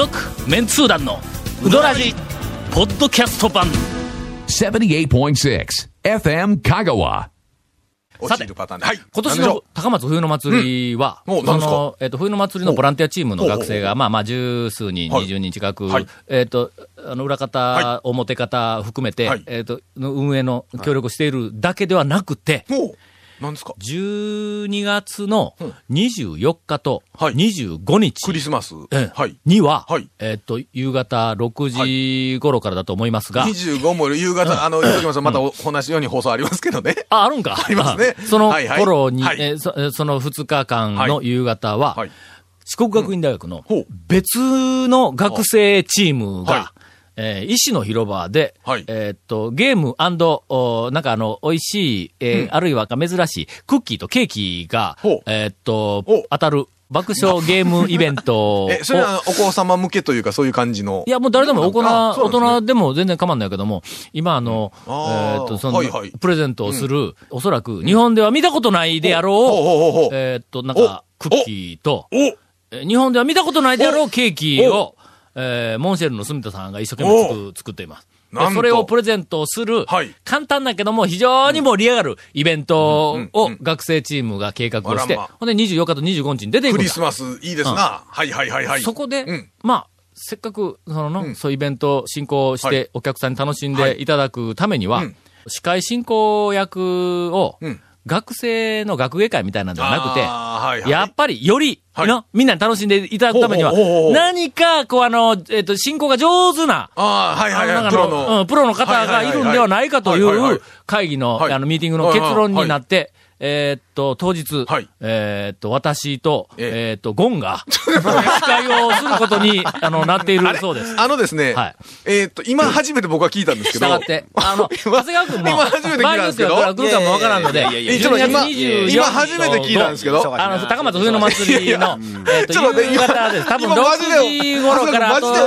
続メンツー団のウドラジポッドキャスト版 78.6 FM 香川。 さて、 パターンで、はい、 今年の高松冬の祭りは、 うん、 その、冬の祭りのボランティアチームの学生が、まあ十数人、20人近く、はい、裏方、はい、表方含めて、はい、運営の協力しているだけではなくて、 何ですか 12月の24日と25日、 クリスマス、 には、夕方6時頃からだと思いますが、 25も夕方、言っときますと、また同じように放送ありますけどね。 あるんか。 ありますね。 その頃に、その2日間の夕方は、四国学院大学の別の学生チームが、石の広場で、ゲーム&なんか美味しい、あるいは珍しいクッキーとケーキが、当たる爆笑ゲームイベントを。 それはお子様向けというかそういう感じの。 いや、もう誰でも大人でも全然構わないけども、今プレゼントをする、おそらく日本では見たことないであろう、なんか、クッキーと、日本では見たことないであろうケーキを、モンシェルの住田さんが一生懸命作っています。それをプレゼントをする、簡単だけども非常に盛り上がるイベントを学生チームが計画をして、ほんで24日と25日に出ていくんだ。 クリスマスいいですな。 そこで、まあ、せっかく、そういうイベント進行してお客さんに楽しんでいただくためには、司会進行役を、学生の学芸会みたいなのではなくて、やっぱりより、みんなに楽しんでいただくためには、何か、進行が上手な、プロの方がいるんではないかという会議の、ミーティングの結論になって、当日、私と、ゴンが、司会をすることに、なっているそうです。 ですね、今初めて僕は聞いたんですけど。 したがって、長谷川君も、 今初めて聞いたんですけど。 来るかもわからんので、 今初めて聞いたんですけど。 高松冬の祭りの、夕方です。多分6時頃から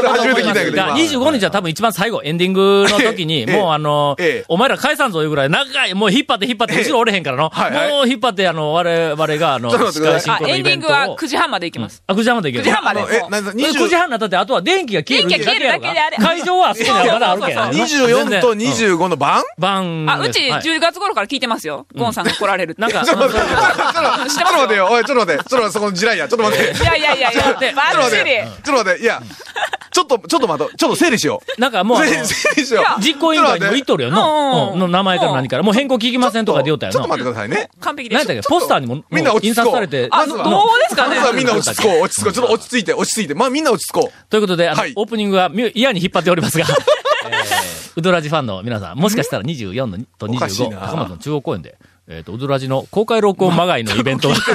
、25日は多分一番最後、エンディングの時に、もうお前ら返さんぞいうぐらい長い、もう引っ張って、後ろ折れへんからの、もう引っ張って、我々が、司会進行のイベントを。 エンディングは9時半まで行きます。 9時半まで行ける。9時半まで。9時半になったって、あとは電気が消えるだけやろが。会場はあそこにはまだあるけど。 24と25の晩うち10月頃から聞いてますよ。ゴンさんが来られるって。 なんか、ちょっと待ってよ。おい、ちょっと待って。そこの地雷や。ちょっと待って。 いや、バッチリ。 ちょっと待って。いや、ちょっと待って。ちょっと整理しよう。なんかもう、実行委員会にも言っとるよの名前から何から。もう変更聞きませんとか出よったよちょっと待ってくださいね。 完璧です。 何だっけ、ポスターにも印刷されて。 どうですかね。 まずはみんな落ち着こう。ちょっと落ち着いて。まあみんな落ち着こう。 ということで、オープニングは嫌に引っ張っておりますが、ウドラジファンの皆さん、もしかしたら24と25、高松の中央公園で、ウドラジの公開録音まがいのイベントが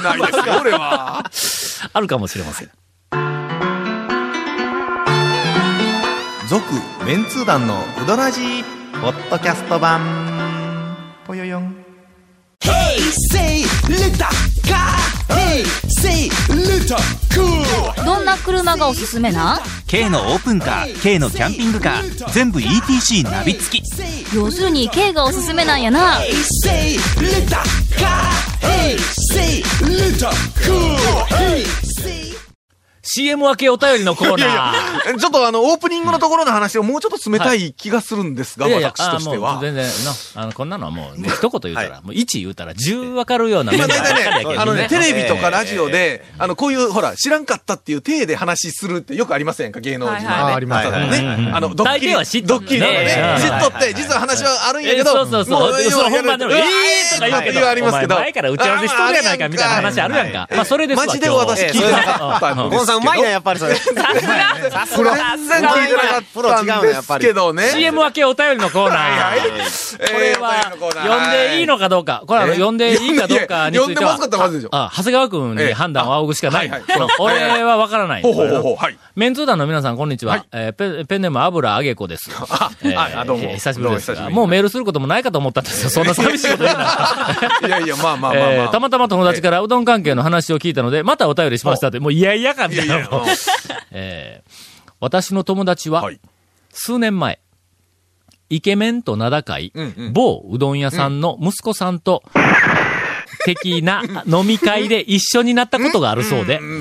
あるかもしれません。 続メンツー団のウドラジポッドキャスト版ぽよよん。 Hey, say, let car. Hey, say, let cool. どんな車がおすすめな？ K のオープンカー、K のキャンピングカー、全部 ETC ナビ付き。 要するに K がおすすめなんやな。 Hey, say, let car. Hey, say, let cool. Hey, CM 明けお便りのコーナー。ちょっとオープニングのところの話をもうちょっと冷たい気がするんですが、私としては。 全然こんなのはもう、一言言うたら、もう1言うたら10分かるようなメンバーばっかりやけどね。 テレビとかラジオで、こういう、ほら、知らんかったっていう体で話するってよくありませんか、芸能人はね。 ありますね。大抵は知っとドッキリとかね。知っとって、実は話はあるんやけど、 そう。その本番でも、とか言うけど、 ありますけど。 前から打ち合わせしとるやないかみたいな話あるやんか。まあ、それですわ。 マジで私聞いてなかったんですけど。 ゴンさんうまいな、やっぱりそれ。 全然聞いてなかったんですけどね。 CM 明けお便りのコーナー。これは、読んでいいのかどうか。これは読んでいいかどうかについては。 読んでますかってまずでしょ。 長谷川君に判断を仰ぐしかない。俺はわからない。メンツー団の皆さん、こんにちは。ペンネーム油あげこです。 どうも。 久しぶりですが。もうメールすることもないかと思ったんですよ。そんな寂しいこと言うな。 いや、まあ。 たまたま友達からうどん関係の話を聞いたので、またお便りしましたって、もういやいやかみたいな。私の友達は、数年前、イケメンと名高い、某うどん屋さんの息子さんと、的な飲み会で一緒になったことがあるそうで、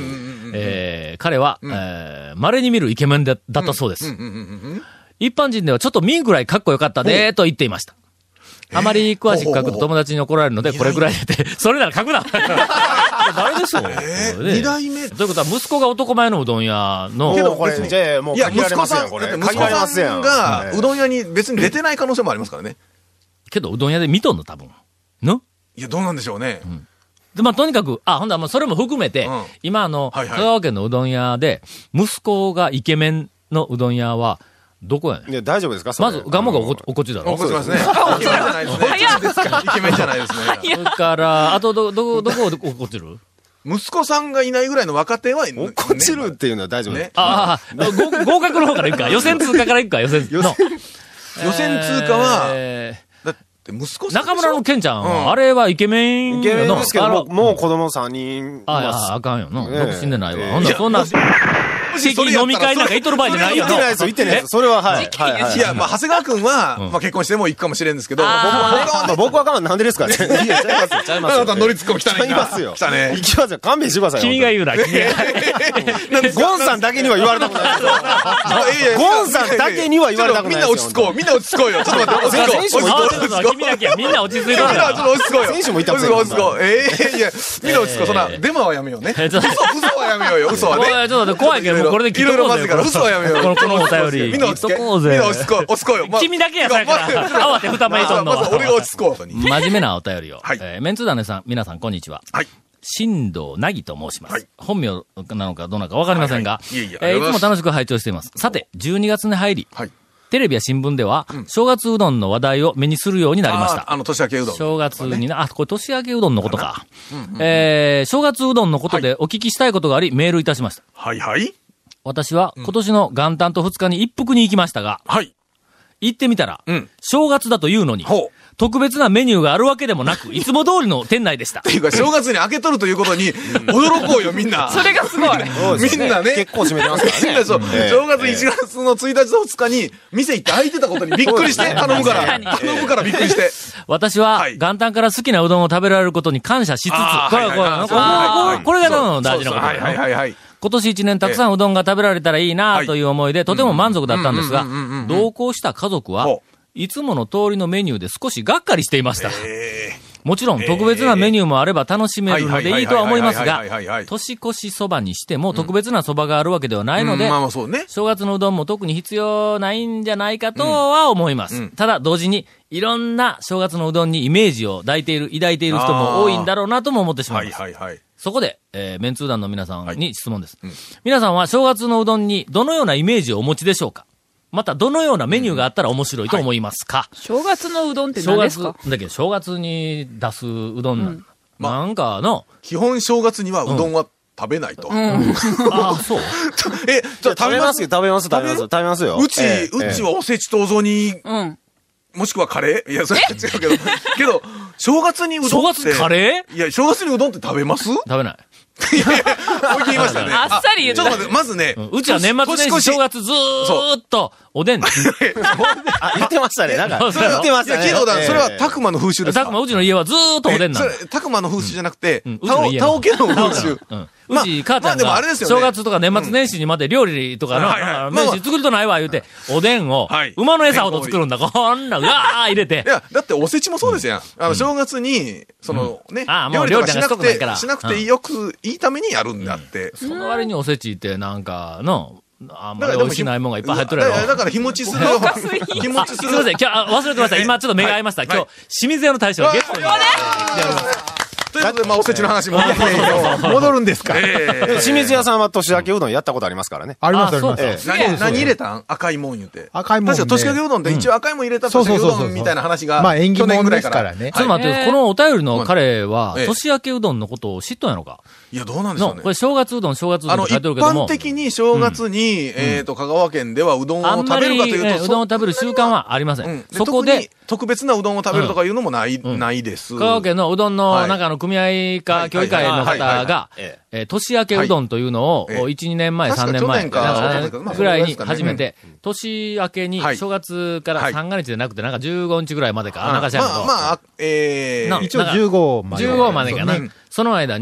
彼は、稀に見るイケメンだったそうです。一般人ではちょっと見んぐらいかっこよかったで、と言っていました。あまり詳しく書くと友達に怒られるので、これぐらいで、それなら書くな誰でしょう二代目。 ということは、息子が男前のうどん屋の。 けどこれ、じゃあもう限られますやん、これ。 息子さんがうどん屋に別に出てない可能性もありますからね。 けど、うどん屋で見とんの、多分。のいや、どうなんでしょうね。 で、まあ、とにかく、ほんだら、それも含めて、今香川県のうどん屋で、息子がイケメンのうどん屋は、どこやねん。 いや、大丈夫ですかまず、ガモがおこっちだろ。 怒ってますね。イケメンじゃないですね。イケメンじゃないですね。 それから、あと、どこ怒ってる息子さんがいないぐらいの若手は、 怒っちるっていうのは大丈夫です。 合格の方から行くか。予選通過から行くか、予選通過は、だって息子さん。 中村のケンちゃん、あれはイケメンイケメンですけど、もう子供3人。 あかんよな。独身でないわ。ほんならそんな、飲み会なんか行っとる場合じゃないよな。 行ってないです。それは、はい。 いや、まあ、長谷川くんは、まあ、結婚しても行くかもしれんですけど、 僕は我慢なんでですかね。いや、ちゃいますよ。 あなた乗りツッコミ来たね。 来ますよ。 来たね。 行きますよ。勘弁してください。 君が言うな、君が。 ゴンさんだけには言われたことないですよ。ゴンさんだけには言われたことないですよ。 みんな落ち着こう。みんな落ち着こうよ。ちょっと待って、落ち着こう。 君だけはみんな落ち着いてるから。 ちょっと落ち着こうよ。 選手もいたもんね。 落ち着こう。いや、みんな落ち着こう。そんな、デマはやめようね。嘘はやめようよ。嘘はね。 ちょっと待って、怖いけど、これで切っとこうぜ。 嘘はやめようよ。 このお便り。 みんな落ち着こう。みんな落ち着こう。落ち着こうよ。 君だけやさから、慌てふたまいとんの。 まず俺が落ち着こう。 真面目なお便りを。メンツダネさん、皆さんこんにちは。 はい。 新藤なぎと申します。本名なのかどうなのかわかりませんが、いつも楽しく拝聴しています。さて、12月に入り、テレビや新聞では、正月うどんの話題を目にするようになりました。 年明けうどん。 正月にな、これ年明けうどんのことか。正月うどんのことでお聞きしたいことがあり、メールいたしました。 はいはい。 私は今年の元旦と2日に一服に行きましたが、 はい。 行ってみたら、正月だというのに、特別なメニューがあるわけでもなく、いつも通りの店内でした。 っていうか、正月に開けとるということに、驚こうよ、みんな。 それがすごい。 みんなね。 結構閉めてますからね。 みんなそう。正月1月の1日と2日に、店行って開いてたことにびっくりして、頼むから。頼むからびっくりして。 私は、元旦から好きなうどんを食べられることに感謝しつつ、これが大事なこと。 はい。 今年1年たくさんうどんが食べられたらいいなという思いで、とても満足だったんですが、同行した家族は、いつもの通りのメニューで少しがっかりしていました。もちろん特別なメニューもあれば楽しめるのでいいとは思いますが、年越しそばにしても特別なそばがあるわけではないので、正月のうどんも特に必要ないんじゃないかとは思います。ただ同時に、いろんな正月のうどんにイメージを抱いている人も多いんだろうなとも思ってしまいます。そこで、メンツー団の皆さんに質問です。皆さんは正月のうどんにどのようなイメージをお持ちでしょうか？また、どのようなメニューがあったら面白いと思いますか？ 正月のうどんって何ですか？ だけど、正月に出すうどんなんかの、 基本正月にはうどんは食べないと。 ああ、そう？ 食べますよ。 うちはおせちとお雑煮、もしくはカレー？いや、それは違うけど。けど、正月にうどんって。 正月カレー？ いや、正月にうどんって食べます？ 食べない。 いやいや、言いましたね。 あっさり言った。 ちょっと待って、まずね。 うちは年末年始正月ずーっと、おでん。 言ってましたね。なんか、言ってましたね。 いや、けど、それはたくまの風習ですか？ たくま、うちの家はずーっとおでんなの。 たくまの風習じゃなくて、たおけの風習。 うち、母ちゃんが、正月とか年末年始にまで料理とかの、年始作るとないわ言うて、おでんを、馬の餌ほど作るんだ。こんな、うわー入れて。 いや、だっておせちもそうですやん。正月に、そのね、料理とかしなくてよく、いいためにやるんだって。 その割におせちってなんかの、あんまり美味しないもんがいっぱい入っとるやろ。 だから日持ちする。 日持ちする。すいません、今日、忘れてました。今ちょっと目が合いました。今日、清水屋の大将ゲストに。 ということで、まあ、おせちの話も戻るんですか。 清水屋さんは年明けうどんやったことありますからね。 あります、あります。 何入れたん？赤いもん言うて。 赤いもん。 確か年明けうどんって一応赤いもん入れた年明けうどんみたいな話が、 まあ、縁起物ですからね。 ちょっと待って、このお便りの彼は、年明けうどんのことを知っとんやろか？ いや、どうなんでしょうね。 これ正月うどんって書いてるけども。 一般的に正月に、香川県ではうどんを食べるかというと、 うどんを食べる習慣はありません。そこで、 特別なうどんを食べるとかいうのもないです。 香川県のうどんの、なんか組合か、協議会の方が、年明けうどんというのを、1、2年前、3年前ぐらいに始めて、年明けに正月から三が日でなくて、なんか15日ぐらいまでか、なんかしらんけど。 まあ、 一応15まで。 15までかな。その間に、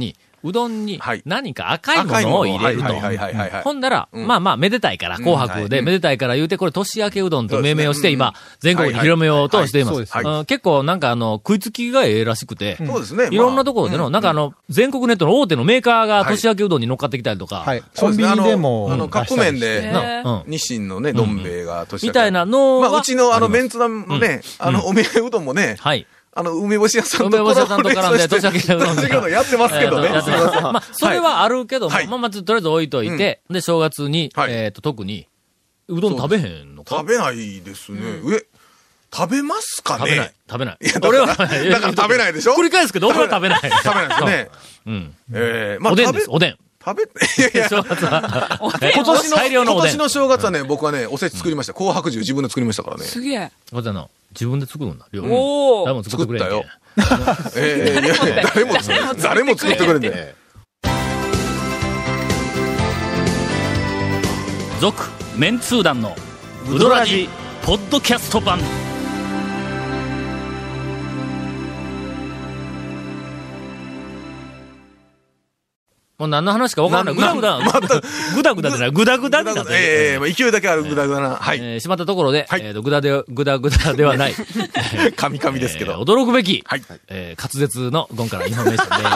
うどんに何か赤いものを入れると。ほんだら、まあまあ、めでたいから、紅白でめでたいから言うて、これ年明けうどんと命名をして、今、全国に広めようとしています。結構なんか食いつきがええらしくて、いろんなところでの、なんか全国ネットの大手のメーカーが年明けうどんに乗っかってきたりとか。 コンビニでも。 カップ麺で、日清のね、どん兵衛が年明け。 みたいなのは。まあ、うちのメンツ団のね、お土産うどんもね、梅干し屋さんと絡んで、年明けうどんやってますけどね。 まあ、それはあるけど、まあ、とりあえず置いといて、で、正月に、特に、うどん食べへんのか？ 食べないですね。食べますかね？ 食べない。 俺は、だから食べないでしょ？ 繰り返すけど、俺は食べない。 食べないですよね。 おでんです、おでん。 食べ、いや、正月は。今年の正月はね、僕はね、おせち作りました。紅白汁自分で作りましたからね。 すげえ。 自分で作るんだ。 お誰も作ってくれんよ。誰も作ってくれんね。 続、メンツー団のウドラジポッドキャスト版。もう何の話か分からない。ぐだぐだじゃない、ぐだぐだになって。 勢いだけあるぐだぐだな。はい。 しまったところで、ぐだではない。 カミカミですけど。 驚くべき、滑舌のゴンからインフォメーションです。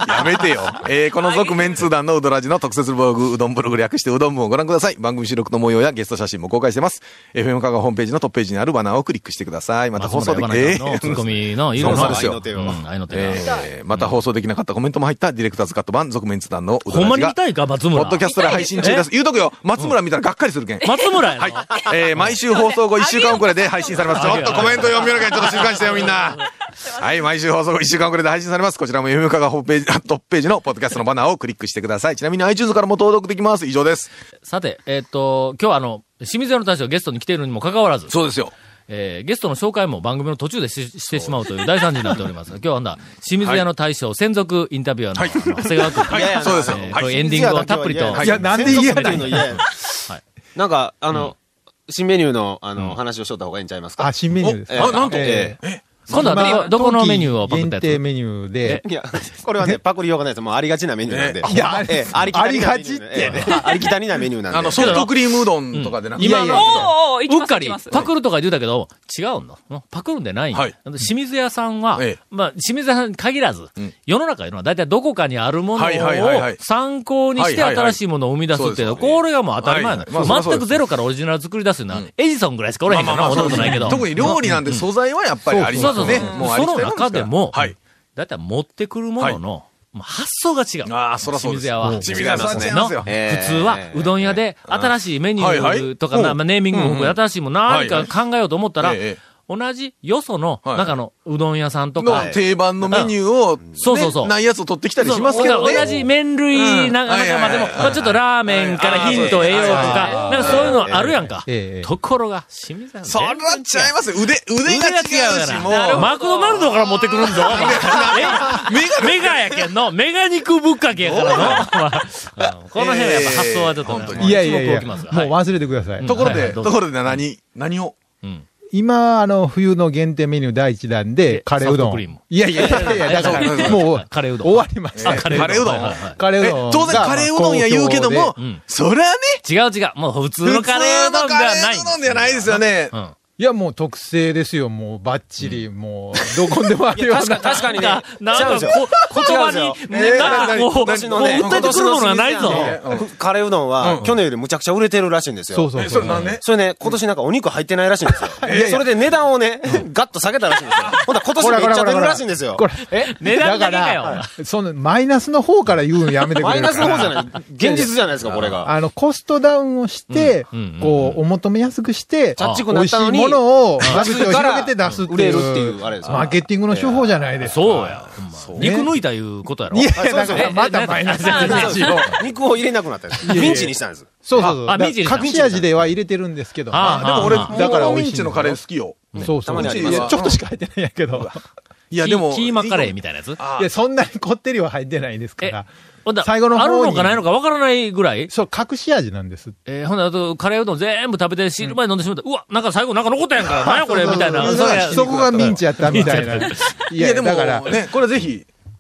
やめてよ。この続メンツー団のうどらじの特設ブログ、うどんブログ略してうどん部をご覧ください。番組収録の模様やゲスト写真も公開してます。FM 香川ホームページのトップページにあるバナーをクリックしてください。また放送できツッコミの色の愛の手を。また放送できなかったコメントも入ったディレクターズカット版、続メンツ団のうどらじが。 ほんまに見たいか、松村。 ポッドキャストで配信中です。言うとくよ。松村見たらがっかりするけん。 松村やはい。毎週放送後1週間遅れで配信されます。ちょっとコメント読みよるけん、ちょっと静かにしてよ、みんな。はい。毎週放送後1週間遅れで配信されます。こちらも FM 香川ホームページ、トップページのポッドキャストのバナーをクリックしてください。ちなみに iTunes からも登録できます。以上です。 さて、今日は清水屋の大将ゲストに来ているにもかかわらず。 そうですよ。 ゲストの紹介も番組の途中でしてしまうという大惨事になっております。今日は清水屋の大将専属インタビュアーの長谷川君。 はい、そうですよ。 エンディングをたっぷりと。 いや、なんで嫌なの？ なんか、新メニューの、話をしとった方がいいんちゃいますか？ 新メニューです。 なんと。 今度はどこのメニューをパクったやつ？ 限定メニューで。 いや、これはね、パクりようがないです。もうありがちなメニューなんで。 いや、ありがちって。 ありきたりなメニューなんで。 ソフトクリームうどんとかでなくて。 今うっかり、パクるとか言うたけど、違うんだ。パクるんでないんだ。清水屋さんは、まあ、清水屋さんに限らず、世の中いうのは大体どこかにあるものを参考にして新しいものを生み出すっていうのは、これがもう当たり前なの。全くゼロからオリジナル作り出すのは、エジソンぐらいしかおれへんからな、思ったことないけど。 特に料理なんで素材はやっぱりありますね。 その中でも、だいたい持ってくるものの、発想が違う。 ああ、そらそうです。 清水屋は。 清水屋さん違いますよ。普通は、うどん屋で新しいメニューとか、ネーミングも含め新しいもの何か考えようと思ったら、同じよその中のうどん屋さんとか。 定番のメニューを、 そうないやつを取ってきたりしますけどね。 同じ麺類仲間でも、ちょっとラーメンからヒントを得ようとか、なんかそういうのあるやんか。ところが、清水屋それは違いますよ。腕が違うし、もう。 マクドナルドから持ってくるんぞ。メガやけんの、メガ肉ぶっかけやからの。この辺はやっぱ発想はちょっとね。 いや、もう忘れてください。 ところで何を今、冬の限定メニュー第1弾で、カレーうどん。いや、だから、もう、 カレーうどん。 終わりました。 カレーうどん。 カレーうどん。 当然カレーうどんや言うけども、そりゃね。 違う。もう普通のカレーうどんではない。 普通のカレーうどんではないですよね。 いや、もう特製ですよ、もうバッチリ、もう、どこでもあるような。 確かにね。 なんか、言葉に、なんかもう、訴えてくるものがないぞ。 カレーうどんは、去年よりむちゃくちゃ売れてるらしいんですよ。 そう。 それね、今年なんかお肉入ってないらしいんですよ。それで値段をね、ガッと下げたらしいんですよ。ほんと今年めっちゃ出るらしいんですよ。 値段だけかよ。 その、マイナスの方から言うのやめてくれ。 マイナスの方じゃない。現実じゃないですか、これが。 コストダウンをして、こう、お求めやすくして、 チャッチくな美味しいものを、口を広げて出すっていう。 売れるっていう、あれですマーケティングの手法じゃないですか。 そうや。肉抜いたいうことやろ。 いや、だからまたマイナス肉を入れなくなったんです。ミンチにしたんです。 そう。隠し味では入れてるんですけど。 でも俺、だからミンチのカレー好きよ。 そう。ちょっとしか入ってないんやけど。 いや、でも。 キーマカレーみたいなやつ？ いや、そんなにこってりは入ってないですから。 最後の方に。あるのかないのかわからないぐらい？ そう、隠し味なんです。 ほんで、あと、カレーうどん全部食べて汁まで飲んでしまった。うわ、なんか最後なんか残ったやんか。何やこれみたいな。 そこがミンチやったみたいな。 いや、でも、ね、これぜひ、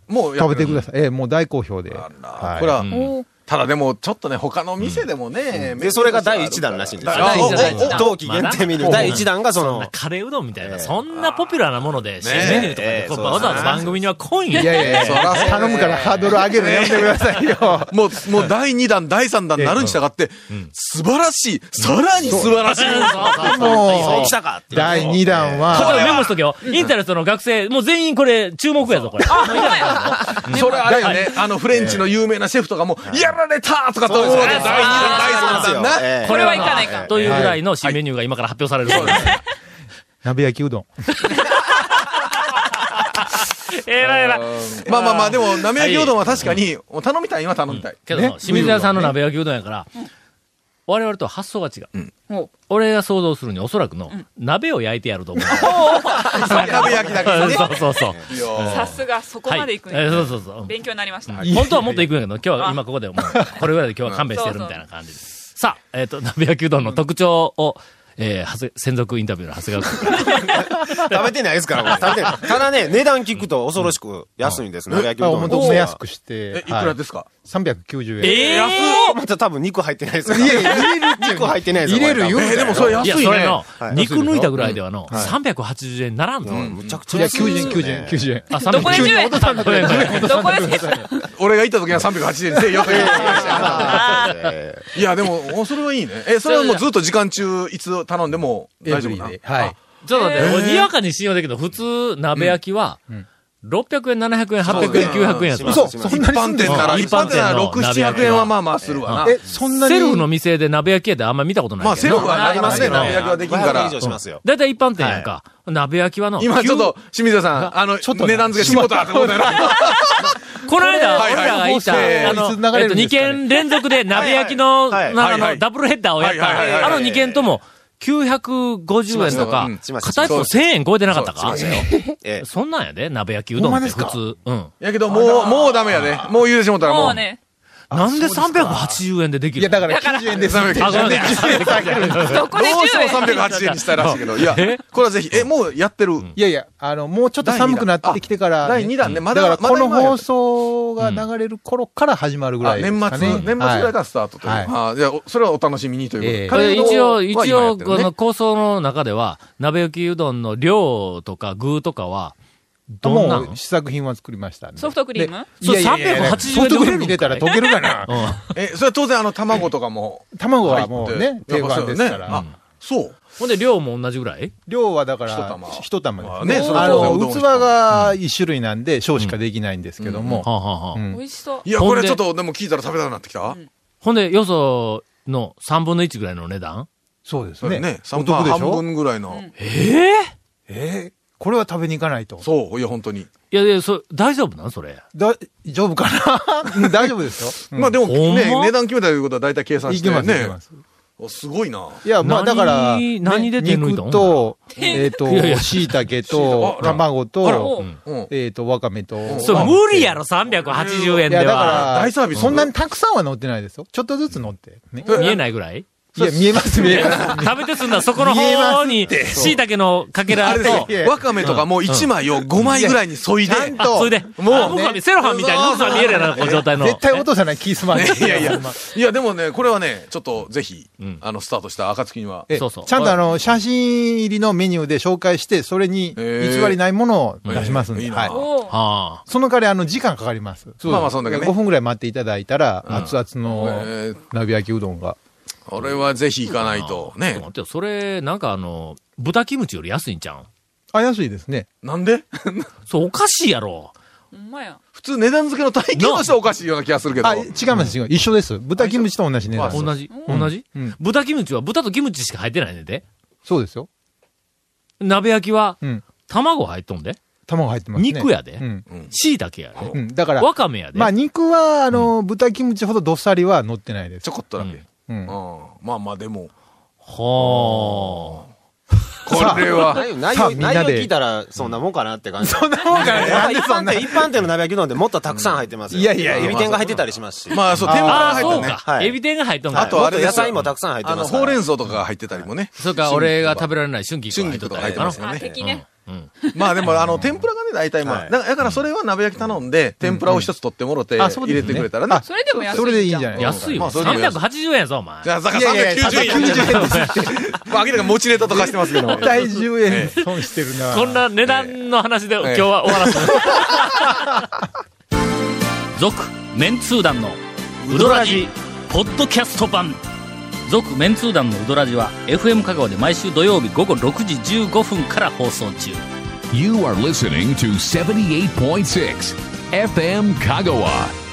もう食べてください。もう大好評で。 これは、ただでも、ちょっとね、他の店でもね、 で、それが第1弾らしいんですよ。冬季限定メニュー。第1弾がその、 カレーうどんみたいな、そんなポピュラーなもので、新メニューとかで、わざわざ番組には来んや。 いや、頼むからハードル上げるのやめてくださいよ。 もう第2弾、第3弾になるに従って、素晴らしい、さらに素晴らしい。 もう、 来たか第2弾こは、 れメモしとけよ。インタレストの学生、もう全員これ、注目やぞ、これ。 それあれよね、フレンチの有名なシェフとかも、やられたとかと思うわけ、第2弾、第3弾ね。 これはいかないか。 というぐらいの新メニューが今から発表されるそうです。 鍋焼きうどん。 えらい。 まあ、でも、鍋焼きうどんは確かに、頼みたいは頼みたい。 けど、清水屋さんの鍋焼きうどんやから、我々とは発想が違う。俺が想像するにおそらくの、鍋を焼いてやると思う。 鍋焼きだけね。 そう。 さすが、そこまで行くね。 そう。 勉強になりました。 本当はもっと行くんやけど、今日は今ここでもう、これぐらいで今日は勘弁してるみたいな感じです。さあ、鍋焼きうどんの特徴を、専属インタビューの長谷川君。 食べてないですから、食べてない。ただね、値段聞くと恐ろしく安いんですね、焼きうどん。 本当に安くして。 いくらですか ？390円。 安っ！また多分肉入ってないですから。いや、入れる肉入ってないですよ。 入れるよ。 でもそれ安いね。 いや、それの、肉抜いたぐらいではの、380円ならんぞ。 むちゃくちゃ安い。 90円。 あ、 どこで10円どこで俺が行った時は380円にせえよと言ってました。いや、でも、それはいいね。それはもうずっと時間中、いつ頼んでも大丈夫な。 はい。 ちょっと待って、俺にわかに信用できるの、普通、鍋焼きは、600円、700円、800円、900円やった。 そう、そんなに一般店なら、6、700円はまあするわな。 そんなにセルフの店で鍋焼き屋ってあんま見たことないけど。 まあセルフはありますね、鍋焼きはできんから。 だいたい一般店やんか。鍋焼きはの。 今ちょっと、清水さん、値段付けしもたってことやな。 この間、俺らが行った、2件連続で鍋焼きの、ダブルヘッダーをやった。2件とも、950円とか、片一方1000円超えてなかったかそんなんやで、鍋焼きうどんって普通。 やけど、もうダメやで。もう言うてしもたらもう。 もうね。 なんで380円でできる？ いや、だから90円です。 どこで10円どうしても380円にしたいらしいけど。いや、これはぜひ、もうやってる。 いやいや、もうちょっと寒くなってきてから。 第2弾ね、まだ。 だからこの放送が流れる頃から始まるぐらい。 年末ぐらいからスタートという。いや、それはお楽しみにということで。 一応、この構想の中では、鍋焼きうどんの量とか具とかは、どんなもう試作品は作りましたね。 ソフトクリームそう、380円。 ソフトクリーム入れたら溶けるかな。 それは当然卵とかも。 卵はもうね、定番ですから。 そう。 ほんで量も同じぐらい？ 量はだから、一玉ですね。器が一種類なんで、小しかできないんですけども。 美味しそう。 いや、これちょっとでも聞いたら食べたくなってきた？ ほんで、よその3分の1ぐらいの値段？ そうですね。 3分半分ぐらいの。 これは食べに行かないと。 そう、いや、本当に。 いや、大丈夫なんそれ。 大丈夫かな大丈夫ですよ。 まあでもね、値段決めたということは大体計算してね。 いけます。 すごいな。 いや、まあだから、 何で手抜いたの？ 肉と、椎茸と、卵と、わかめと。 そう、無理やろ、380円では。 いや、だから、 大サービス。 そんなにたくさんは乗ってないですよ。ちょっとずつ乗って。 見えないぐらい？ いや、見えます、見えます。 食べてすんだ、そこの方に、椎茸のかけらと、 わかめとかもう1枚を5枚ぐらいに添いで。 それで、もう、セロハンみたいに奥さん見えるやな、この状態の。 絶対落とさないキースマン。 いやいや。いや、でもね、これはね、ちょっとぜひ、スタートした暁には。 そうそう。 ちゃんと写真入りのメニューで紹介して、それに偽りないものを出しますんで。はい。その代わり、時間かかります。 まあまあ、そんだけね。 5分ぐらい待っていただいたら、熱々の鍋焼きうどんが。 俺はぜひ行かないと。ね。 それ、なんか豚キムチより安いんちゃうん？ 安いですね。 なんで？ そう、おかしいやろ。 ほんまや。 普通値段付けの体験としてはおかしいような気がするけど。 違います、一緒です。豚キムチと同じ値段。 同じ？豚キムチは豚とキムチしか入ってないねんで。 そうですよ。 鍋焼きは、卵入っとんで。 卵入ってますね。 肉やで。椎茸やで。 だから、 わかめやで。 まあ肉は、豚キムチほどどっさりは乗ってないです。 ちょこっとだけ。まあまあでも。 はあ。 これは。 内容聞いたらそんなもんかなって感じ。 そんなもんかな。 一般店の鍋焼きうどんでもっとたくさん入ってますよ。 いやいや、 エビ天が入ってたりしますし。 まあそう、天ぷらが入ってね。 そうか。エビ天が入っとんか。 あとあれ野菜もたくさん入ってます。 ほうれん草とかが入ってたりもね。 そうか、俺が食べられない春菊が入っとったり。 春菊とか入ってますよね。 敵ね。 まあでも、天ぷらがね、大体まあ、だからそれは鍋焼き頼んで、天ぷらを一つ取ってもろて、入れてくれたらね。 それでも安い。 それでいいんじゃない安いよ。380円やぞ、お前。 じゃあ、だから390円。390円ですって。まあ、明らかに持ちネタとかしてますけど。 大10円損してるな。 こんな値段の話で今日は終わらせる。続、メンツー団のウドラジ、ポッドキャスト版。続メンツー団のウドラジは FM 香川で毎週土曜日午後6時15分から放送中。 You are listening to 78.6 FM Kagawa.